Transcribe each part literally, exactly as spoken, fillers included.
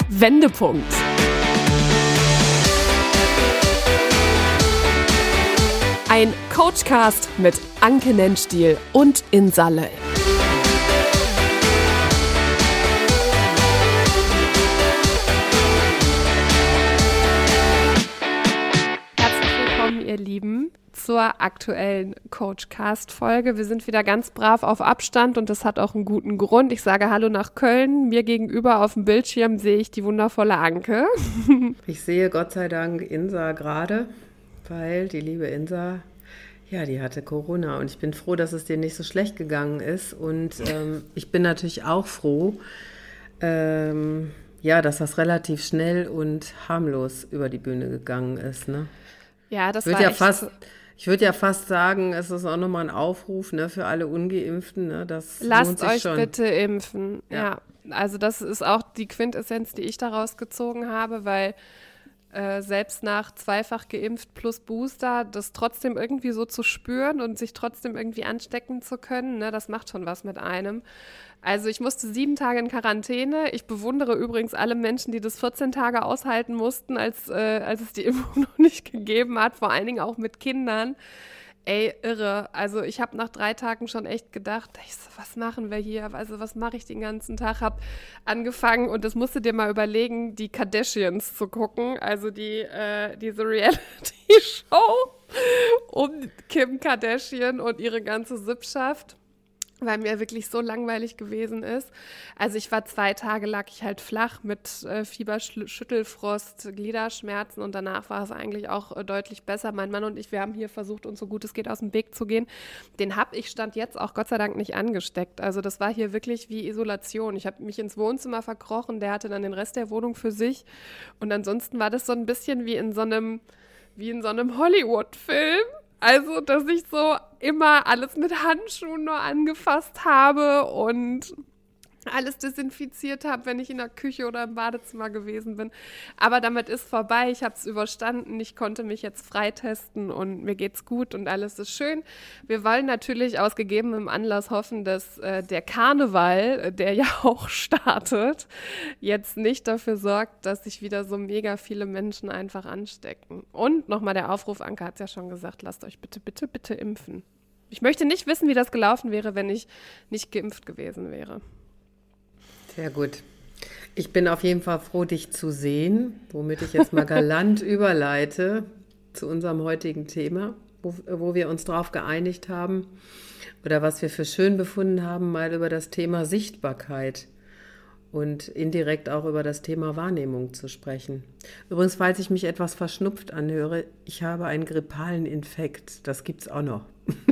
Wendepunkt. Ein Coachcast mit Anke Nennstiel und Insa Löll. Herzlich willkommen, ihr Lieben, zur aktuellen Coachcast-Folge. Wir sind wieder ganz brav auf Abstand und das hat auch einen guten Grund. Ich sage Hallo nach Köln. Mir gegenüber auf dem Bildschirm sehe ich die wundervolle Anke. Ich sehe Gott sei Dank Insa gerade, weil die liebe Insa, ja, die hatte Corona und ich bin froh, dass es dir nicht so schlecht gegangen ist und ähm, ich bin natürlich auch froh, ähm, ja, dass das relativ schnell und harmlos über die Bühne gegangen ist, ne? Ja, das ich war ja echt fast, Ich würde ja fast sagen, es ist auch nochmal ein Aufruf, ne, für alle Ungeimpften, ne, das Lasst lohnt sich euch schon. bitte impfen. Ja. Ja. Also das ist auch die Quintessenz, die ich daraus gezogen habe, weil äh, selbst nach zweifach geimpft plus Booster, das trotzdem irgendwie so zu spüren und sich trotzdem irgendwie anstecken zu können, ne, das macht schon was mit einem. Also ich musste sieben Tage in Quarantäne. Ich bewundere übrigens alle Menschen, die das vierzehn Tage aushalten mussten, als, äh, als es die Impfung noch nicht gegeben hat, vor allen Dingen auch mit Kindern. Ey, irre. Also ich habe nach drei Tagen schon echt gedacht, ich so, was machen wir hier? Also was mache ich den ganzen Tag? Habe angefangen, und das musst du dir mal überlegen, die Kardashians zu gucken, also die äh, diese Reality-Show um Kim Kardashian und ihre ganze Sippschaft, weil mir wirklich so langweilig gewesen ist. Also ich war zwei Tage, lag ich halt flach mit äh, Fieber, Schüttelfrost, Gliederschmerzen und danach war es eigentlich auch äh, deutlich besser. Mein Mann und ich, wir haben hier versucht, uns so gut es geht aus dem Weg zu gehen. Den habe ich Stand jetzt auch Gott sei Dank nicht angesteckt. Also das war hier wirklich wie Isolation. Ich habe mich ins Wohnzimmer verkrochen, der hatte dann den Rest der Wohnung für sich und ansonsten war das so ein bisschen wie in so einem, wie in so einem Hollywood-Film. Also, dass ich so immer alles mit Handschuhen nur angefasst habe und alles desinfiziert habe, wenn ich in der Küche oder im Badezimmer gewesen bin. Aber damit ist vorbei. Ich habe es überstanden. Ich konnte mich jetzt freitesten und mir geht's gut und alles ist schön. Wir wollen natürlich aus gegebenem Anlass hoffen, dass äh, der Karneval, der ja auch startet, jetzt nicht dafür sorgt, dass sich wieder so mega viele Menschen einfach anstecken. Und nochmal der Aufruf, Anke hat es ja schon gesagt, lasst euch bitte, bitte, bitte impfen. Ich möchte nicht wissen, wie das gelaufen wäre, wenn ich nicht geimpft gewesen wäre. Sehr gut. Ich bin auf jeden Fall froh, dich zu sehen, womit ich jetzt mal galant überleite zu unserem heutigen Thema, wo, wo wir uns darauf geeinigt haben oder was wir für schön befunden haben, mal über das Thema Sichtbarkeit und indirekt auch über das Thema Wahrnehmung zu sprechen. Übrigens, falls ich mich etwas verschnupft anhöre, ich habe einen grippalen Infekt. Das gibt's auch noch.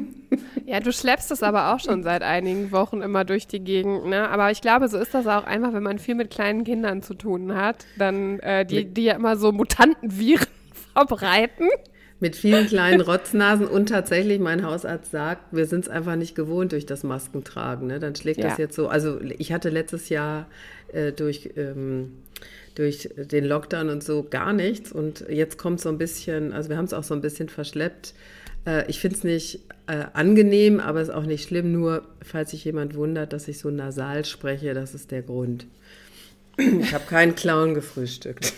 Ja, du schleppst es aber auch schon seit einigen Wochen immer durch die Gegend, ne? Aber ich glaube, so ist das auch einfach, wenn man viel mit kleinen Kindern zu tun hat, dann äh, die, die ja immer so Mutantenviren verbreiten. Mit vielen kleinen Rotznasen und tatsächlich, mein Hausarzt sagt, wir sind es einfach nicht gewohnt durch das Maskentragen, ne? Dann schlägt Ja. das jetzt so, also ich hatte letztes Jahr äh, durch, ähm, durch den Lockdown und so gar nichts und jetzt kommt so ein bisschen, also wir haben es auch so ein bisschen verschleppt. Ich finde es nicht äh, angenehm, aber es ist auch nicht schlimm, nur falls sich jemand wundert, dass ich so nasal spreche, das ist der Grund. Ich habe keinen Clown gefrühstückt.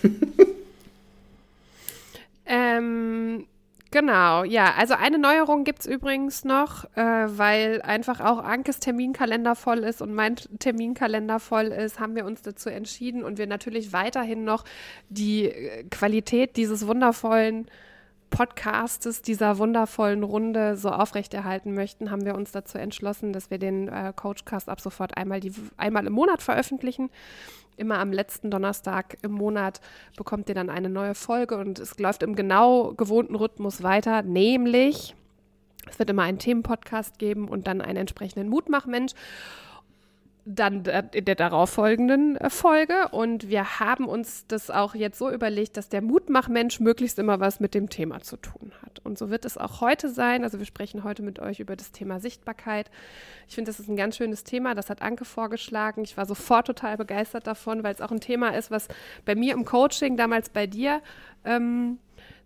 ähm, genau, ja, also eine Neuerung gibt es übrigens noch, äh, weil einfach auch Ankes Terminkalender voll ist und mein Terminkalender voll ist, haben wir uns dazu entschieden und wir natürlich weiterhin noch die Qualität dieses wundervollen Podcastes, dieser wundervollen Runde so aufrechterhalten möchten, haben wir uns dazu entschlossen, dass wir den äh, Coachcast ab sofort einmal, die, einmal im Monat veröffentlichen. Immer am letzten Donnerstag im Monat bekommt ihr dann eine neue Folge und es läuft im genau gewohnten Rhythmus weiter, nämlich es wird immer einen Themenpodcast geben und dann einen entsprechenden Mutmachmensch. Dann in der darauffolgenden Folge und wir haben uns das auch jetzt so überlegt, dass der Mutmachmensch möglichst immer was mit dem Thema zu tun hat. Und so wird es auch heute sein. Also wir sprechen heute mit euch über das Thema Sichtbarkeit. Ich finde, das ist ein ganz schönes Thema. Das hat Anke vorgeschlagen. Ich war sofort total begeistert davon, weil es auch ein Thema ist, was bei mir im Coaching, damals bei dir, ähm,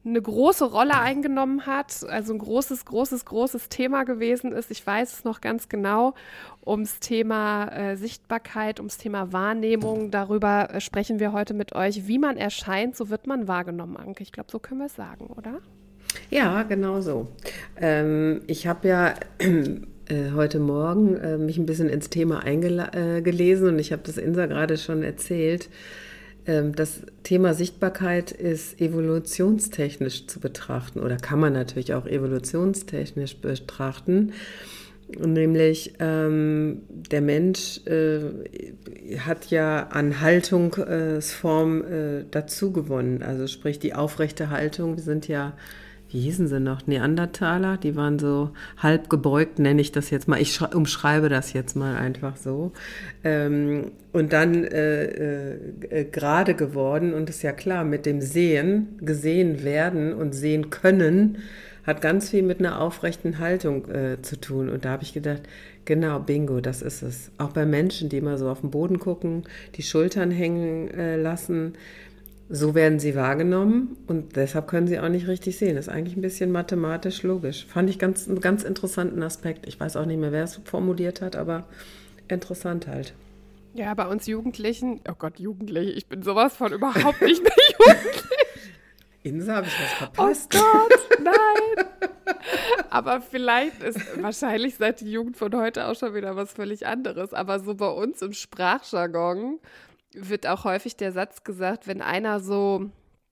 eine große Rolle eingenommen hat, also ein großes, großes, großes Thema gewesen ist. Ich weiß es noch ganz genau, ums Thema äh, Sichtbarkeit, ums Thema Wahrnehmung. Darüber äh, sprechen wir heute mit euch. Wie man erscheint, so wird man wahrgenommen, Anke. Ich glaube, so können wir es sagen, oder? Ja, genau so. Ähm, ich habe ja äh, heute Morgen äh, mich ein bisschen ins Thema eingelesen und ich habe das Insa gerade schon erzählt. Ähm, das Thema Sichtbarkeit ist evolutionstechnisch zu betrachten oder kann man natürlich auch evolutionstechnisch betrachten. Nämlich ähm, der Mensch äh, hat ja an Haltungsform äh, dazu gewonnen. Also sprich die aufrechte Haltung. Wir sind ja, wie hießen sie noch, Neandertaler, die waren so halb gebeugt, nenne ich das jetzt mal. Ich schrei- umschreibe das jetzt mal einfach so. Ähm, und dann äh, äh, gerade geworden. Und ist ja klar, mit dem Sehen, gesehen werden und sehen können, hat ganz viel mit einer aufrechten Haltung äh, zu tun. Und da habe ich gedacht, genau, bingo, das ist es. Auch bei Menschen, die immer so auf den Boden gucken, die Schultern hängen äh, lassen, so werden sie wahrgenommen und deshalb können sie auch nicht richtig sehen. Das ist eigentlich ein bisschen mathematisch logisch. Fand ich ganz, einen ganz interessanten Aspekt. Ich weiß auch nicht mehr, wer es formuliert hat, aber interessant halt. Ja, bei uns Jugendlichen, oh Gott, Jugendliche, ich bin sowas von überhaupt nicht mehr jugendlich. Insa, habe ich was verpasst? Oh Gott, nein. Aber vielleicht ist wahrscheinlich seit die Jugend von heute auch schon wieder was völlig anderes. Aber so bei uns im Sprachjargon wird auch häufig der Satz gesagt, wenn einer so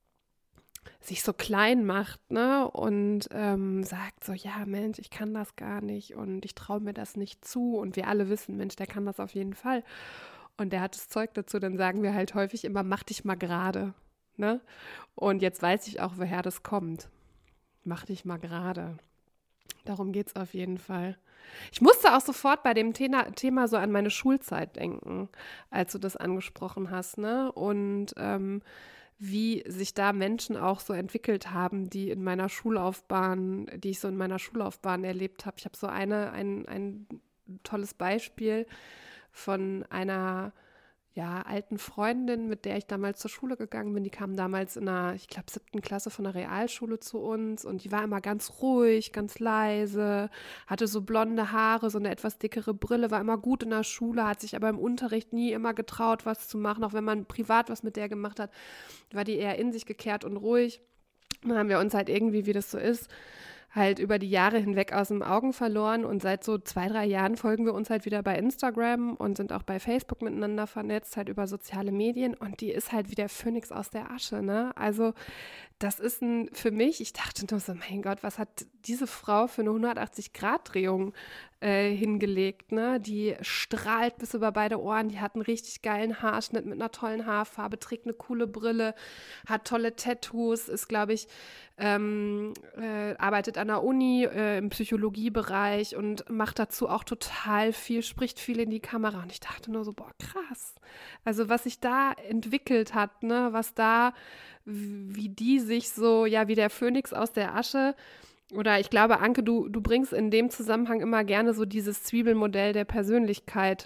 sich so klein macht, ne, und ähm, sagt so, ja Mensch, ich kann das gar nicht und ich traue mir das nicht zu und wir alle wissen, Mensch, der kann das auf jeden Fall und der hat das Zeug dazu, dann sagen wir halt häufig immer, mach dich mal gerade, ne, und jetzt weiß ich auch, woher das kommt. Mach dich mal gerade. Darum geht es auf jeden Fall. Ich musste auch sofort bei dem Thema, Thema so an meine Schulzeit denken, als du das angesprochen hast, ne? Und ähm, wie sich da Menschen auch so entwickelt haben, die in meiner Schullaufbahn, die ich so in meiner Schullaufbahn erlebt habe. Ich habe so eine, ein, ein tolles Beispiel von einer ja, alten Freundin, mit der ich damals zur Schule gegangen bin. Die kam damals in einer, ich glaube, siebten Klasse von der Realschule zu uns und die war immer ganz ruhig, ganz leise, hatte so blonde Haare, so eine etwas dickere Brille, war immer gut in der Schule, hat sich aber im Unterricht nie immer getraut, was zu machen, auch wenn man privat was mit der gemacht hat, war die eher in sich gekehrt und ruhig. Dann haben wir uns halt irgendwie, wie das so ist, halt über die Jahre hinweg aus den Augen verloren und seit so zwei, drei Jahren folgen wir uns halt wieder bei Instagram und sind auch bei Facebook miteinander vernetzt, halt über soziale Medien und die ist halt wie der Phönix aus der Asche, ne? Also das ist ein, für mich, ich dachte nur so, mein Gott, was hat diese Frau für eine hundertachtzig-Grad-Drehung äh, hingelegt, ne? Die strahlt bis über beide Ohren, die hat einen richtig geilen Haarschnitt mit einer tollen Haarfarbe, trägt eine coole Brille, hat tolle Tattoos, ist, glaube ich, ähm, äh, arbeitet an der Uni äh, im Psychologiebereich und macht dazu auch total viel, spricht viel in die Kamera und ich dachte nur so, boah, krass. Also was sich da entwickelt hat, ne? Was da, wie die sich so, ja, wie der Phönix aus der Asche. Oder ich glaube, Anke, du, du bringst in dem Zusammenhang immer gerne so dieses Zwiebelmodell der Persönlichkeit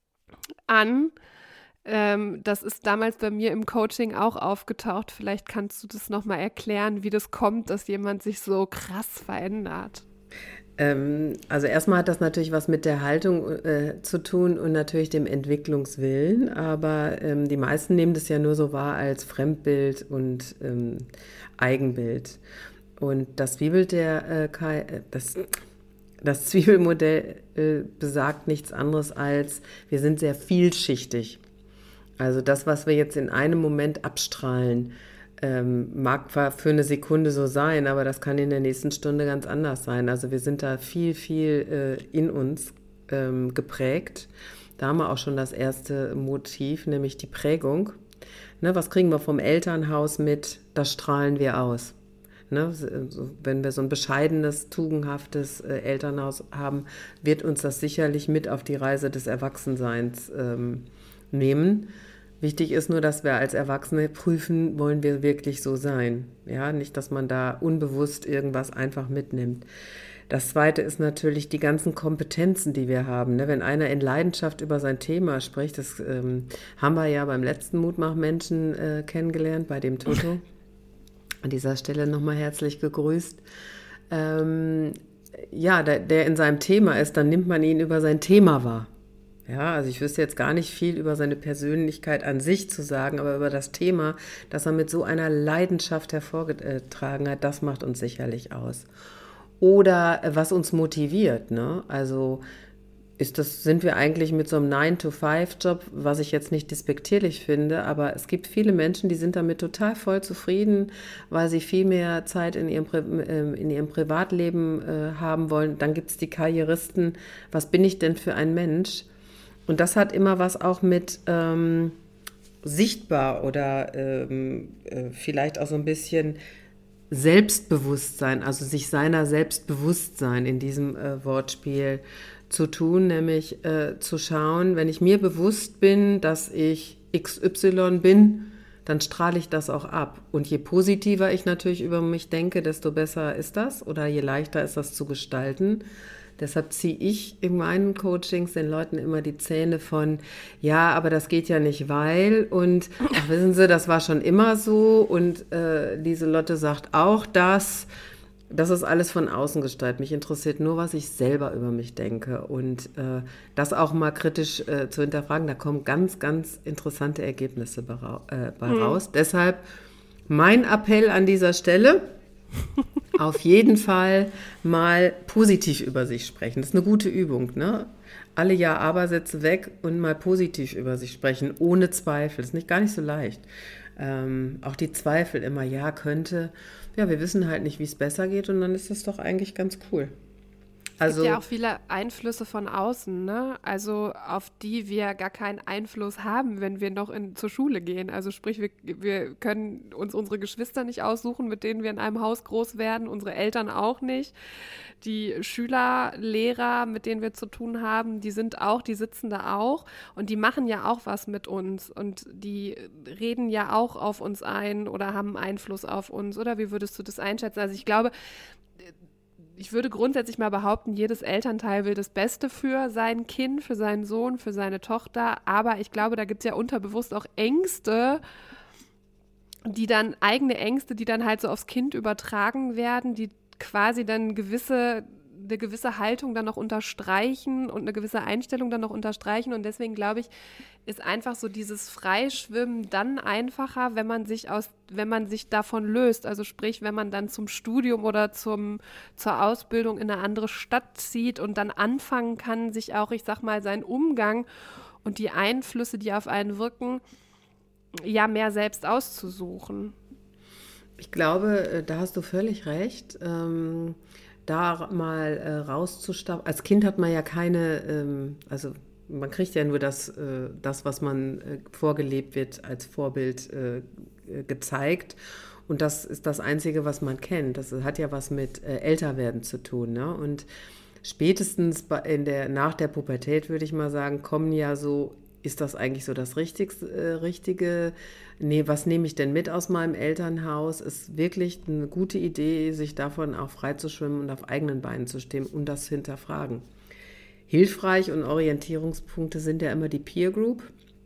an. Ähm, das ist damals bei mir im Coaching auch aufgetaucht. Vielleicht kannst du das nochmal erklären, wie das kommt, dass jemand sich so krass verändert. Ähm, also erstmal hat das natürlich was mit der Haltung äh, zu tun und natürlich dem Entwicklungswillen, aber ähm, die meisten nehmen das ja nur so wahr als Fremdbild und ähm, Eigenbild. Und das Zwiebel der, äh, Kai, äh, das, das Zwiebelmodell äh, besagt nichts anderes als, wir sind sehr vielschichtig. Also das, was wir jetzt in einem Moment abstrahlen, ähm, mag für eine Sekunde so sein, aber das kann in der nächsten Stunde ganz anders sein. Also wir sind da viel, viel äh, in uns ähm, geprägt. Da haben wir auch schon das erste Motiv, nämlich die Prägung. Ne, was kriegen wir vom Elternhaus mit? Das strahlen wir aus. Ne, so, wenn wir so ein bescheidenes, tugendhaftes äh, Elternhaus haben, wird uns das sicherlich mit auf die Reise des Erwachsenseins ähm, nehmen. Wichtig ist nur, dass wir als Erwachsene prüfen, wollen wir wirklich so sein. Ja, nicht, dass man da unbewusst irgendwas einfach mitnimmt. Das Zweite ist natürlich die ganzen Kompetenzen, die wir haben. Ne? Wenn einer in Leidenschaft über sein Thema spricht, das ähm, haben wir ja beim letzten Mutmach-Menschen äh, kennengelernt, bei dem Toto. An dieser Stelle nochmal herzlich gegrüßt. Ähm, ja, der, der in seinem Thema ist, dann nimmt man ihn über sein Thema wahr. Ja, also ich wüsste jetzt gar nicht viel über seine Persönlichkeit an sich zu sagen, aber über das Thema, das er mit so einer Leidenschaft hervorgetragen hat, das macht uns sicherlich aus. Oder äh, was uns motiviert, ne? Also ist das, sind wir eigentlich mit so einem nine to five Job, was ich jetzt nicht despektierlich finde, aber es gibt viele Menschen, die sind damit total voll zufrieden, weil sie viel mehr Zeit in ihrem, Pri- ähm, in ihrem Privatleben äh, haben wollen. Dann gibt es die Karrieristen. Was bin ich denn für ein Mensch? Und das hat immer was auch mit ähm, sichtbar oder ähm, äh, vielleicht auch so ein bisschen Selbstbewusstsein, also sich seiner Selbstbewusstsein in diesem äh, Wortspiel zu tun, nämlich äh, zu schauen, wenn ich mir bewusst bin, dass ich X Y bin, dann strahle ich das auch ab. Und je positiver ich natürlich über mich denke, desto besser ist das oder je leichter ist das zu gestalten. Deshalb ziehe ich in meinen Coachings den Leuten immer die Zähne von, ja, aber das geht ja nicht, weil und ach, wissen Sie, das war schon immer so und äh, Lieselotte sagt auch das. Das ist alles von außen gestaltet. Mich interessiert nur, was ich selber über mich denke und äh, das auch mal kritisch äh, zu hinterfragen. Da kommen ganz, ganz interessante Ergebnisse bei, äh, bei Mhm. raus. Deshalb mein Appell an dieser Stelle, auf jeden Fall mal positiv über sich sprechen. Das ist eine gute Übung, ne? Alle Ja-Aber-Sätze weg und mal positiv über sich sprechen, ohne Zweifel. Das ist nicht gar nicht so leicht. Ähm, auch die Zweifel immer, ja, könnte. Ja, wir wissen halt nicht, wie es besser geht und dann ist das doch eigentlich ganz cool. Es gibt ja Also, auch viele Einflüsse von außen, ne? Also auf die wir gar keinen Einfluss haben, wenn wir noch in, zur Schule gehen. Also sprich, wir, wir können uns unsere Geschwister nicht aussuchen, mit denen wir in einem Haus groß werden, unsere Eltern auch nicht. Die Schüler, Lehrer, mit denen wir zu tun haben, die sind auch, die sitzen da auch und die machen ja auch was mit uns und die reden ja auch auf uns ein oder haben Einfluss auf uns. Oder wie würdest du das einschätzen? Also ich glaube, ich würde grundsätzlich mal behaupten, jedes Elternteil will das Beste für sein Kind, für seinen Sohn, für seine Tochter. Aber ich glaube, da gibt es ja unterbewusst auch Ängste, die dann, eigene Ängste, die dann halt so aufs Kind übertragen werden, die quasi dann gewisse, eine gewisse Haltung dann noch unterstreichen und eine gewisse Einstellung dann noch unterstreichen. Und deswegen glaube ich, ist einfach so dieses Freischwimmen dann einfacher, wenn man sich aus, wenn man sich davon löst. Also sprich, wenn man dann zum Studium oder zum, zur Ausbildung in eine andere Stadt zieht und dann anfangen kann, sich auch, ich sag mal, seinen Umgang und die Einflüsse, die auf einen wirken, ja, mehr selbst auszusuchen. ich glaube, äh, da hast du völlig recht. Ähm, da mal äh, rauszustapfen. Als Kind hat man ja keine, ähm, also man kriegt ja nur das, äh, das was man äh, vorgelebt wird, als Vorbild äh, äh, gezeigt. Und das ist das Einzige, was man kennt. Das hat ja was mit äh, Älterwerden zu tun, ne? Und spätestens bei- in der, nach der Pubertät, würde ich mal sagen, kommen ja so, ist das eigentlich so das Richtigste, äh, Richtige? Nee, was nehme ich denn mit aus meinem Elternhaus? Ist wirklich eine gute Idee, sich davon auch frei zu schwimmen und auf eigenen Beinen zu stehen und das zu hinterfragen. Hilfreich und Orientierungspunkte sind ja immer die Peer Group,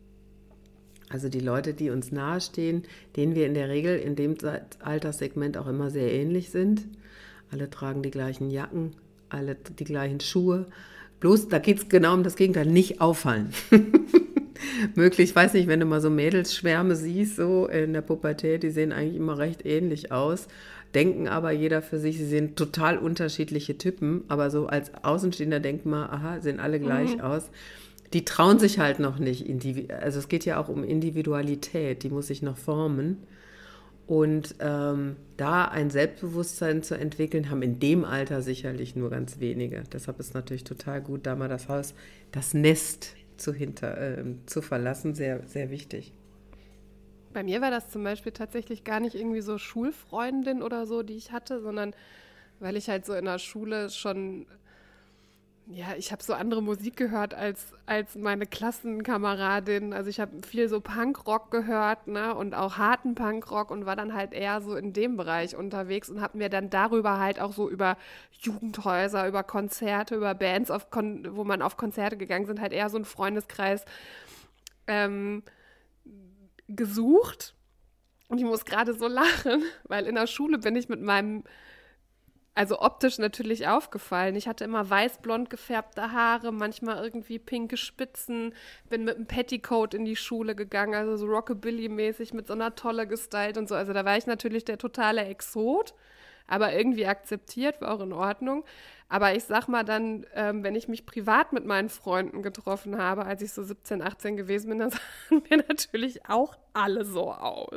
also die Leute, die uns nahestehen, denen wir in der Regel in dem Alterssegment auch immer sehr ähnlich sind. Alle tragen die gleichen Jacken, alle die gleichen Schuhe. Bloß, da geht es genau um das Gegenteil, nicht auffallen. Möglich, ich weiß nicht, wenn du mal so Mädelsschwärme siehst, so in der Pubertät, die sehen eigentlich immer recht ähnlich aus, denken aber jeder für sich, sie sehen total unterschiedliche Typen, aber so als Außenstehender denkt man, aha, sehen alle gleich Mhm. aus. Die trauen sich halt noch nicht, indivi- also es geht ja auch um Individualität, die muss sich noch formen. Und ähm, da ein Selbstbewusstsein zu entwickeln, haben in dem Alter sicherlich nur ganz wenige. Deshalb ist natürlich total gut, da mal das Haus, das Nest zu, hinter, ähm, zu verlassen, sehr, sehr wichtig. Bei mir war das zum Beispiel tatsächlich gar nicht irgendwie so Schulfreundin oder so, die ich hatte, sondern weil ich halt so in der Schule schon, ja, ich habe so andere Musik gehört als, als meine Klassenkameradin. Also ich habe viel so Punkrock gehört, ne, und auch harten Punkrock und war dann halt eher so in dem Bereich unterwegs und habe mir dann darüber halt auch so über Jugendhäuser, über Konzerte, über Bands, auf Kon wo man auf Konzerte gegangen sind, halt eher so einen Freundeskreis ähm, gesucht. Und ich muss gerade so lachen, weil in der Schule bin ich mit meinem, also optisch natürlich aufgefallen. Ich hatte immer weiß-blond gefärbte Haare, manchmal irgendwie pinke Spitzen, bin mit einem Petticoat in die Schule gegangen, also so Rockabilly-mäßig mit so einer Tolle gestylt und so. Also da war ich natürlich der totale Exot, aber irgendwie akzeptiert, war auch in Ordnung. Aber ich sag mal dann, ähm, wenn ich mich privat mit meinen Freunden getroffen habe, als ich so siebzehn, achtzehn gewesen bin, dann sahen wir natürlich auch alle so aus.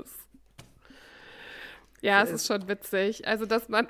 Ja, es ist schon witzig. Also, dass man.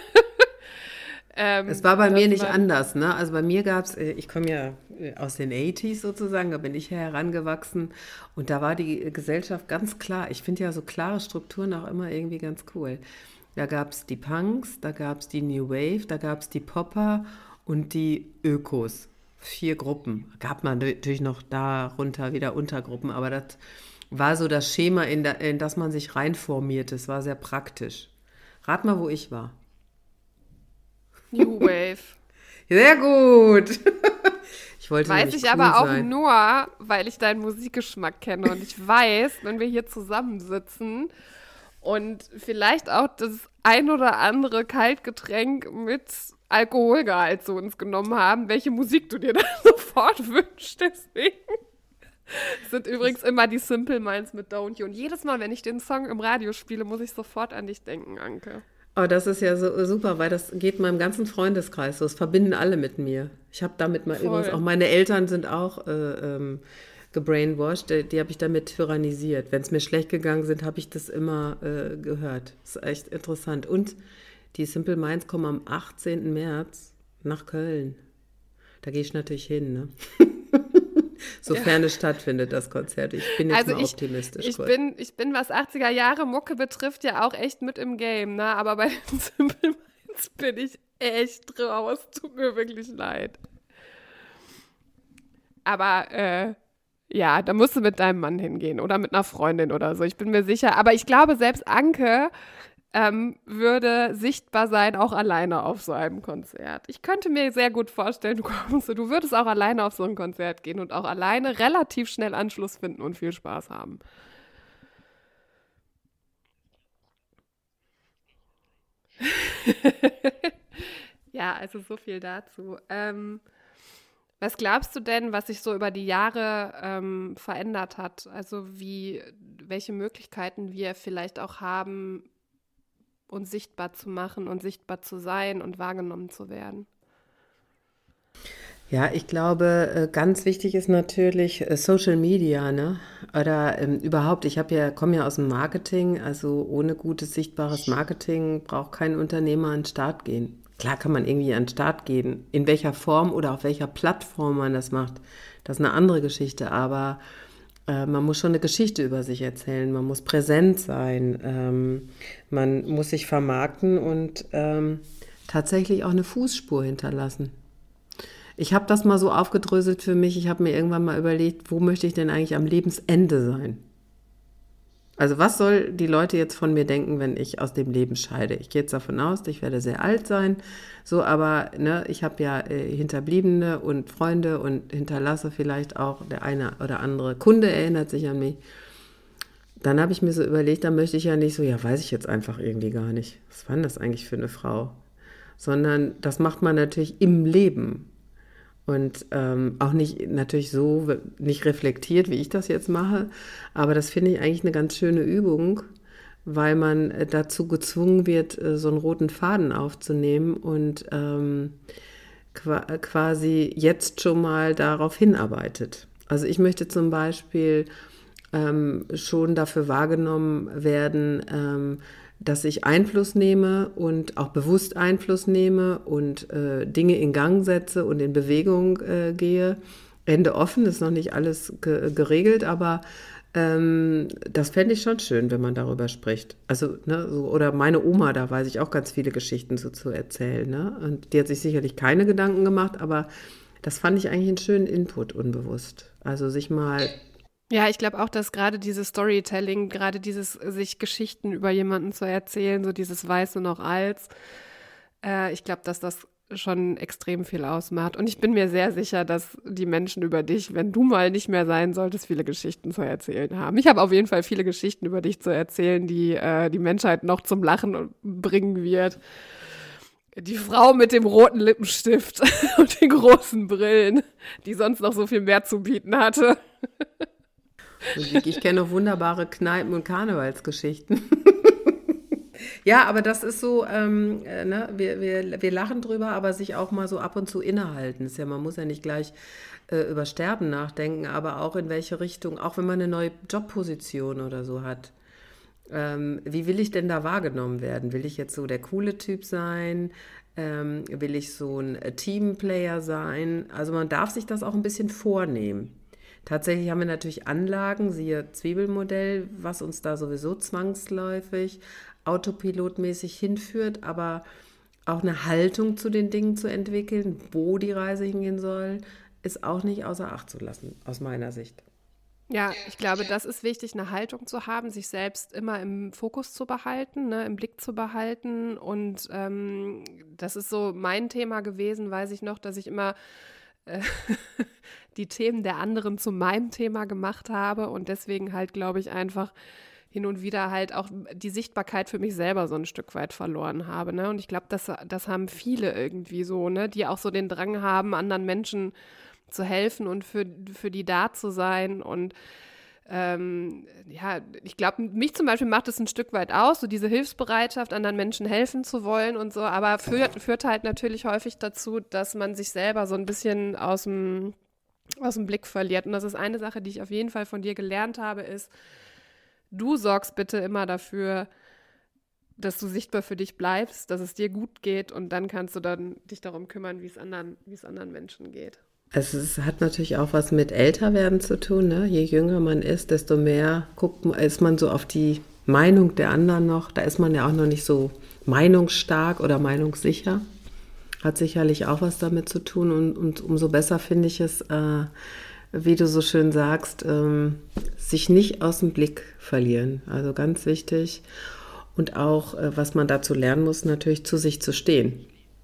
ähm, Es war bei dass mir nicht man, anders, ne? Also bei mir gab es, ich komme ja äh, aus den achtziger sozusagen, da bin ich ja herangewachsen und da war die äh, Gesellschaft ganz klar. Ich finde ja so klare Strukturen auch immer irgendwie ganz cool. Da gab es die Punks, da gab es die New Wave, da gab es die Popper und die Ökos. Vier Gruppen. Gab man natürlich noch darunter wieder Untergruppen, aber das war so das Schema, in, da, in das man sich reinformiert. Das war sehr praktisch. Rat mal, wo ich war. New Wave. Sehr gut. Ich wollte Weiß nämlich ich cool aber auch sein. nur, weil ich deinen Musikgeschmack kenne und ich weiß, wenn wir hier zusammensitzen und vielleicht auch das ein oder andere Kaltgetränk mit Alkoholgehalt zu uns genommen haben, welche Musik du dir dann sofort wünschst. Deswegen sind übrigens immer die Simple Minds mit Don't You. Und jedes Mal, wenn ich den Song im Radio spiele, muss ich sofort an dich denken, Anke. Oh, das ist ja so super, weil das geht meinem ganzen Freundeskreis so. Das verbinden alle mit mir. Ich habe damit mal Voll. übrigens, auch meine Eltern sind auch äh, ähm, gebrainwashed, die, die habe ich damit tyrannisiert. Wenn es mir schlecht gegangen sind, habe ich das immer äh, gehört. Das ist echt interessant. Und die Simple Minds kommen am achtzehnten März nach Köln. Da gehe ich natürlich hin, ne? Sofern es stattfindet, das Konzert. Ich bin jetzt Also mal ich, optimistisch. ich kurz. bin, ich bin, was achtziger Jahre Mucke betrifft, ja auch echt mit im Game, ne? Aber bei den Simple Minds bin ich echt raus. Tut mir wirklich leid. Aber, äh, ja, da musst du mit deinem Mann hingehen oder mit einer Freundin oder so. Ich bin mir sicher. Aber ich glaube, selbst Anke ähm, würde sichtbar sein, auch alleine auf so einem Konzert. Ich könnte mir sehr gut vorstellen, du kommst, du würdest auch alleine auf so ein Konzert gehen und auch alleine relativ schnell Anschluss finden und viel Spaß haben. Ja, also so viel dazu. Ähm, was glaubst du denn, was sich so über die Jahre ähm, verändert hat? Also wie, welche Möglichkeiten wir vielleicht auch haben, uns sichtbar zu machen und sichtbar zu sein und wahrgenommen zu werden? Ja, ich glaube, äh, ganz wichtig ist natürlich äh, Social Media, ne? Oder ähm, überhaupt, ich habe ja, komme ja aus dem Marketing, also ohne gutes, sichtbares Marketing braucht kein Unternehmer an den Start gehen. Klar kann man irgendwie an den Start gehen, in welcher Form oder auf welcher Plattform man das macht, das ist eine andere Geschichte, aber äh, man muss schon eine Geschichte über sich erzählen, man muss präsent sein, ähm, man muss sich vermarkten und ähm, tatsächlich auch eine Fußspur hinterlassen. Ich habe das mal so aufgedröselt für mich. Ich habe mir irgendwann mal überlegt, wo möchte ich denn eigentlich am Lebensende sein? Also was soll die Leute jetzt von mir denken, wenn ich aus dem Leben scheide? Ich gehe jetzt davon aus, ich werde sehr alt sein, so, aber ne, ich habe ja äh, Hinterbliebene und Freunde und hinterlasse vielleicht auch der eine oder andere Kunde erinnert sich an mich. Dann habe ich mir so überlegt, da möchte ich ja nicht so, ja, weiß ich jetzt einfach irgendwie gar nicht. Was war denn das eigentlich für eine Frau? Sondern das macht man natürlich im Leben. Und ähm, auch nicht natürlich so, nicht reflektiert, wie ich das jetzt mache. Aber das finde ich eigentlich eine ganz schöne Übung, weil man äh, dazu gezwungen wird, äh, so einen roten Faden aufzunehmen und ähm, qua- quasi jetzt schon mal darauf hinarbeitet. Also ich möchte zum Beispiel ähm, schon dafür wahrgenommen werden, ähm, dass ich Einfluss nehme und auch bewusst Einfluss nehme und äh, Dinge in Gang setze und in Bewegung äh, gehe. Ende offen, ist noch nicht alles ge- geregelt, aber ähm, das fände ich schon schön, wenn man darüber spricht. Also, ne, so, oder meine Oma, da weiß ich auch ganz viele Geschichten so zu erzählen. Ne? Und die hat sich sicherlich keine Gedanken gemacht, aber das fand ich eigentlich einen schönen Input, unbewusst. Also sich mal Ja, ich glaube auch, dass gerade dieses Storytelling, gerade dieses sich Geschichten über jemanden zu erzählen, so dieses Weiße noch als, äh, ich glaube, dass das schon extrem viel ausmacht. Und ich bin mir sehr sicher, dass die Menschen über dich, wenn du mal nicht mehr sein solltest, viele Geschichten zu erzählen haben. Ich habe auf jeden Fall viele Geschichten über dich zu erzählen, die äh, die Menschheit noch zum Lachen bringen wird. Die Frau mit dem roten Lippenstift und den großen Brillen, die sonst noch so viel mehr zu bieten hatte. Ich, ich kenne noch wunderbare Kneipen- und Karnevalsgeschichten. Ja, aber das ist so, ähm, äh, ne, wir, wir, wir lachen drüber, aber sich auch mal so ab und zu innehalten. Ist ja, man muss ja nicht gleich äh, über Sterben nachdenken, aber auch in welche Richtung, auch wenn man eine neue Jobposition oder so hat. Ähm, wie will ich denn da wahrgenommen werden? Will ich jetzt so der coole Typ sein? Ähm, will ich so ein Teamplayer sein? Also man darf sich das auch ein bisschen vornehmen. Tatsächlich haben wir natürlich Anlagen, siehe Zwiebelmodell, was uns da sowieso zwangsläufig autopilotmäßig hinführt, aber auch eine Haltung zu den Dingen zu entwickeln, wo die Reise hingehen soll, ist auch nicht außer Acht zu lassen, aus meiner Sicht. Ja, ich glaube, das ist wichtig, eine Haltung zu haben, sich selbst immer im Fokus zu behalten, ne, im Blick zu behalten. Und ähm, das ist so mein Thema gewesen, weiß ich noch, dass ich immer äh, die Themen der anderen zu meinem Thema gemacht habe und deswegen halt, glaube ich, einfach hin und wieder halt auch die Sichtbarkeit für mich selber so ein Stück weit verloren habe. Ne? Und ich glaube, das, das haben viele irgendwie so, ne, die auch so den Drang haben, anderen Menschen zu helfen und für, für die da zu sein. Und ähm, ja, ich glaube, mich zum Beispiel macht es ein Stück weit aus, so diese Hilfsbereitschaft, anderen Menschen helfen zu wollen und so, aber führt, führt halt natürlich häufig dazu, dass man sich selber so ein bisschen aus dem, aus dem Blick verliert. Und das ist eine Sache, die ich auf jeden Fall von dir gelernt habe, ist, du sorgst bitte immer dafür, dass du sichtbar für dich bleibst, dass es dir gut geht und dann kannst du dann dich darum kümmern, wie es anderen, wie es anderen Menschen geht. Es ist, hat natürlich auch was mit Älterwerden zu tun. Ne? Je jünger man ist, desto mehr guckt, ist man so auf die Meinung der anderen noch. Da ist man ja auch noch nicht so meinungsstark oder meinungssicher. Hat sicherlich auch was damit zu tun. Und, und umso besser finde ich es, äh, wie du so schön sagst, ähm, sich nicht aus dem Blick verlieren. Also ganz wichtig. Und auch, äh, was man dazu lernen muss, natürlich zu sich zu stehen.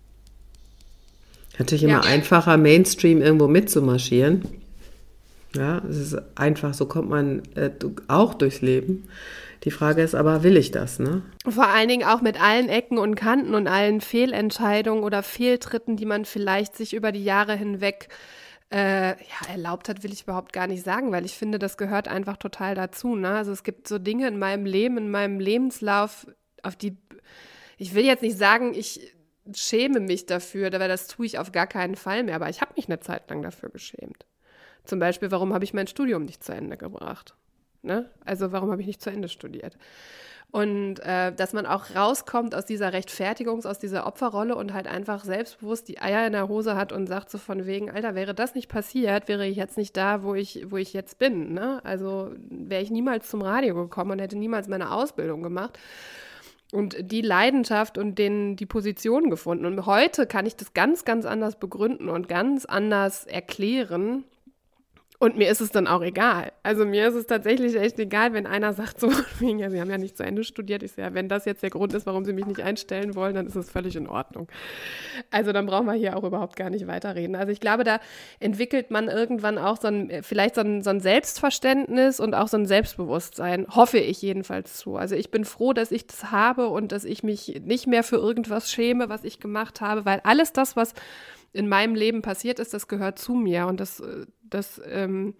Natürlich immer ja. einfacher, Mainstream irgendwo mitzumarschieren. Ja, es ist einfach, so kommt man äh, auch durchs Leben. Die Frage ist aber, will ich das, ne? Vor allen Dingen auch mit allen Ecken und Kanten und allen Fehlentscheidungen oder Fehltritten, die man vielleicht sich über die Jahre hinweg äh, ja, erlaubt hat, will ich überhaupt gar nicht sagen, weil ich finde, das gehört einfach total dazu, ne? Also es gibt so Dinge in meinem Leben, in meinem Lebenslauf, auf die, ich will jetzt nicht sagen, ich schäme mich dafür, weil das tue ich auf gar keinen Fall mehr, aber ich habe mich eine Zeit lang dafür geschämt. Zum Beispiel, warum habe ich mein Studium nicht zu Ende gebracht? Ne? Also warum habe ich nicht zu Ende studiert? Und äh, dass man auch rauskommt aus dieser Rechtfertigungs-, aus dieser Opferrolle und halt einfach selbstbewusst die Eier in der Hose hat und sagt so von wegen, Alter, wäre das nicht passiert, wäre ich jetzt nicht da, wo ich, wo ich jetzt bin. Ne? Also wäre ich niemals zum Radio gekommen und hätte niemals meine Ausbildung gemacht. Und die Leidenschaft und den, die Position gefunden. Und heute kann ich das ganz, ganz anders begründen und ganz anders erklären. Und mir ist es dann auch egal. Also mir ist es tatsächlich echt egal, wenn einer sagt so, ja, Sie haben ja nicht zu Ende studiert. Ich sage, ja, wenn das jetzt der Grund ist, warum Sie mich nicht einstellen wollen, dann ist es völlig in Ordnung. Also dann brauchen wir hier auch überhaupt gar nicht weiterreden. Also ich glaube, da entwickelt man irgendwann auch so ein, vielleicht so ein, so ein Selbstverständnis und auch so ein Selbstbewusstsein, hoffe ich jedenfalls zu. Also ich bin froh, dass ich das habe und dass ich mich nicht mehr für irgendwas schäme, was ich gemacht habe, weil alles das, was in meinem Leben passiert ist, das gehört zu mir und das, das, ähm,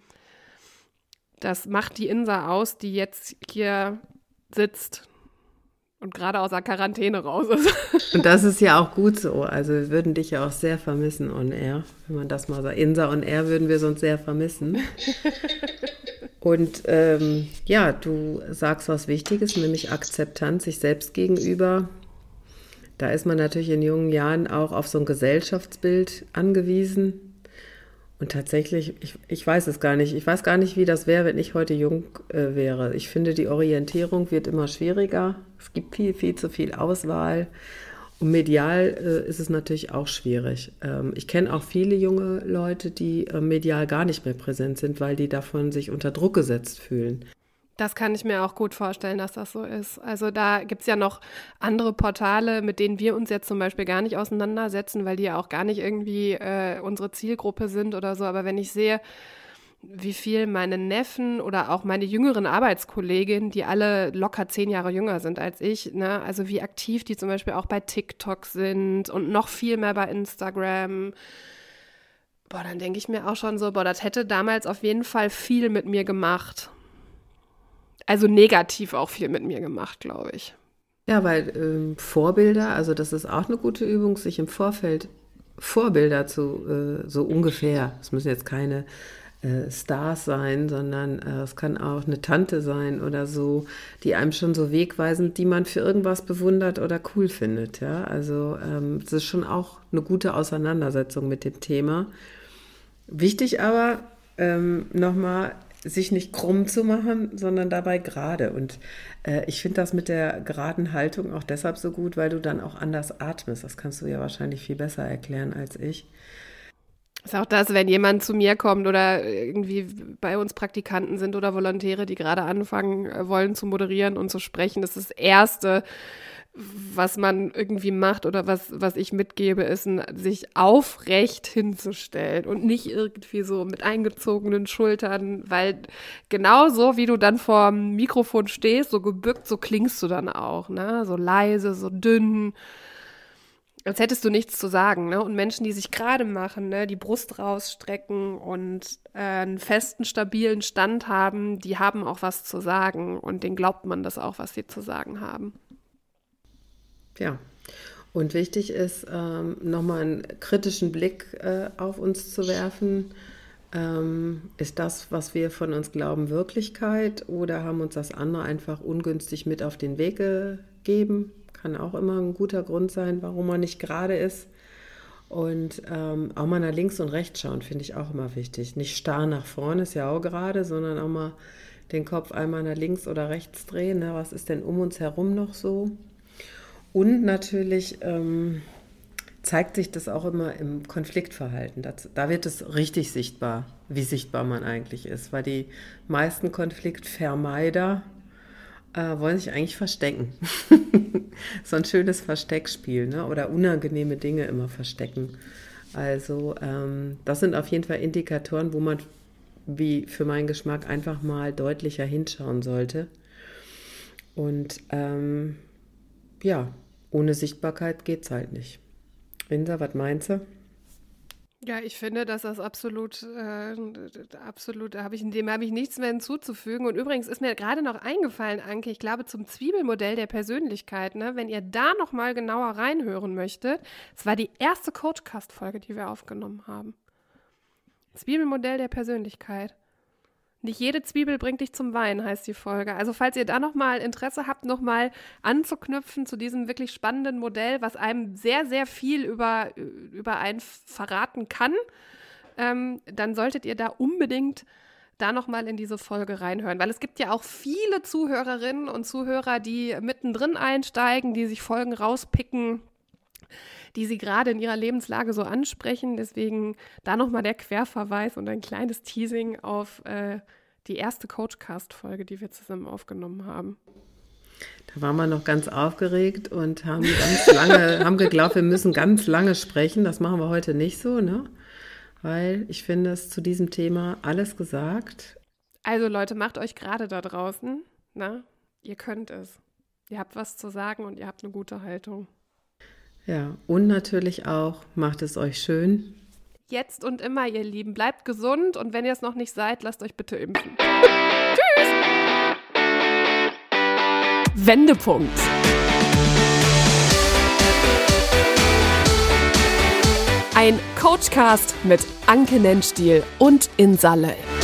das macht die Insa aus, die jetzt hier sitzt und gerade aus der Quarantäne raus ist. Und das ist ja auch gut so. Also wir würden dich ja auch sehr vermissen on air, wenn man das mal sagt. Insa on air würden wir sonst sehr vermissen. Und ähm, ja, du sagst was Wichtiges, nämlich Akzeptanz sich selbst gegenüber. Da ist man natürlich in jungen Jahren auch auf so ein Gesellschaftsbild angewiesen. Und tatsächlich, ich, ich weiß es gar nicht. Ich weiß gar nicht, wie das wäre, wenn ich heute jung äh, wäre. Ich finde, die Orientierung wird immer schwieriger. Es gibt viel, viel zu viel Auswahl. Und medial äh, ist es natürlich auch schwierig. Ähm, ich kenne auch viele junge Leute, die äh, medial gar nicht mehr präsent sind, weil die davon sich unter Druck gesetzt fühlen. Das kann ich mir auch gut vorstellen, dass das so ist. Also da gibt es ja noch andere Portale, mit denen wir uns jetzt zum Beispiel gar nicht auseinandersetzen, weil die ja auch gar nicht irgendwie äh, unsere Zielgruppe sind oder so. Aber wenn ich sehe, wie viel meine Neffen oder auch meine jüngeren Arbeitskolleginnen, die alle locker zehn Jahre jünger sind als ich, ne, also wie aktiv die zum Beispiel auch bei TikTok sind und noch viel mehr bei Instagram, boah, dann denke ich mir auch schon so, boah, das hätte damals auf jeden Fall viel mit mir gemacht. Also negativ auch viel mit mir gemacht, glaube ich. Ja, weil ähm, Vorbilder, also das ist auch eine gute Übung, sich im Vorfeld Vorbilder zu, äh, so ungefähr, es müssen jetzt keine äh, Stars sein, sondern äh, es kann auch eine Tante sein oder so, die einem schon so wegweisend, die man für irgendwas bewundert oder cool findet. Ja? Also ähm, es ist schon auch eine gute Auseinandersetzung mit dem Thema. Wichtig aber, ähm, nochmal, sich nicht krumm zu machen, sondern dabei gerade. Und äh, ich finde das mit der geraden Haltung auch deshalb so gut, weil du dann auch anders atmest. Das kannst du ja wahrscheinlich viel besser erklären als ich. Ist auch das, wenn jemand zu mir kommt oder irgendwie bei uns Praktikanten sind oder Volontäre, die gerade anfangen äh, wollen zu moderieren und zu sprechen, das ist das Erste, was man irgendwie macht oder was, was ich mitgebe, ist, ein, sich aufrecht hinzustellen und nicht irgendwie so mit eingezogenen Schultern, weil genauso wie du dann vor dem Mikrofon stehst, so gebückt, so klingst du dann auch, ne? So leise, so dünn, als hättest du nichts zu sagen, ne? Und Menschen, die sich gerade machen, ne, die Brust rausstrecken und äh, einen festen, stabilen Stand haben, die haben auch was zu sagen und denen glaubt man das auch, was sie zu sagen haben. Ja, und wichtig ist, ähm, nochmal einen kritischen Blick äh, auf uns zu werfen. Ähm, ist das, was wir von uns glauben, Wirklichkeit oder haben uns das andere einfach ungünstig mit auf den Weg gegeben? Kann auch immer ein guter Grund sein, warum man nicht gerade ist. Und ähm, auch mal nach links und rechts schauen, finde ich auch immer wichtig. Nicht starr nach vorne, ist ja auch gerade, sondern auch mal den Kopf einmal nach links oder rechts drehen. Ne? Was ist denn um uns herum noch so? Und natürlich ähm, zeigt sich das auch immer im Konfliktverhalten. Das, da wird es richtig sichtbar, wie sichtbar man eigentlich ist, weil die meisten Konfliktvermeider äh, wollen sich eigentlich verstecken. So ein schönes Versteckspiel, ne? Oder unangenehme Dinge immer verstecken. Also ähm, das sind auf jeden Fall Indikatoren, wo man, wie für meinen Geschmack, einfach mal deutlicher hinschauen sollte. Und ähm, ja, ohne Sichtbarkeit geht es halt nicht. Insa, was meinst du? Ja, ich finde, dass das absolut, äh, absolut, da habe ich, dem habe ich nichts mehr hinzuzufügen. Und übrigens ist mir gerade noch eingefallen, Anke, ich glaube zum Zwiebelmodell der Persönlichkeit, ne, wenn ihr da noch mal genauer reinhören möchtet, es war die erste Coachcast-Folge, die wir aufgenommen haben. Zwiebelmodell der Persönlichkeit. Nicht jede Zwiebel bringt dich zum Wein, heißt die Folge. Also falls ihr da nochmal Interesse habt, nochmal anzuknüpfen zu diesem wirklich spannenden Modell, was einem sehr, sehr viel über, über einen verraten kann, ähm, dann solltet ihr da unbedingt da nochmal in diese Folge reinhören. Weil es gibt ja auch viele Zuhörerinnen und Zuhörer, die mittendrin einsteigen, die sich Folgen rauspicken, die sie gerade in ihrer Lebenslage so ansprechen. Deswegen da nochmal der Querverweis und ein kleines Teasing auf äh, die erste Coachcast-Folge, die wir zusammen aufgenommen haben. Da waren wir noch ganz aufgeregt und haben ganz lange, haben geglaubt, wir müssen ganz lange sprechen. Das machen wir heute nicht so, ne? Weil ich finde, es zu diesem Thema alles gesagt. Also Leute, macht euch gerade da draußen, na, ihr könnt es. Ihr habt was zu sagen und ihr habt eine gute Haltung. Ja, und natürlich auch, macht es euch schön. Jetzt und immer, ihr Lieben. Bleibt gesund und wenn ihr es noch nicht seid, lasst euch bitte impfen. Tschüss! Wendepunkt. Ein Coachcast mit Anke Nennstiel und Insa Löll.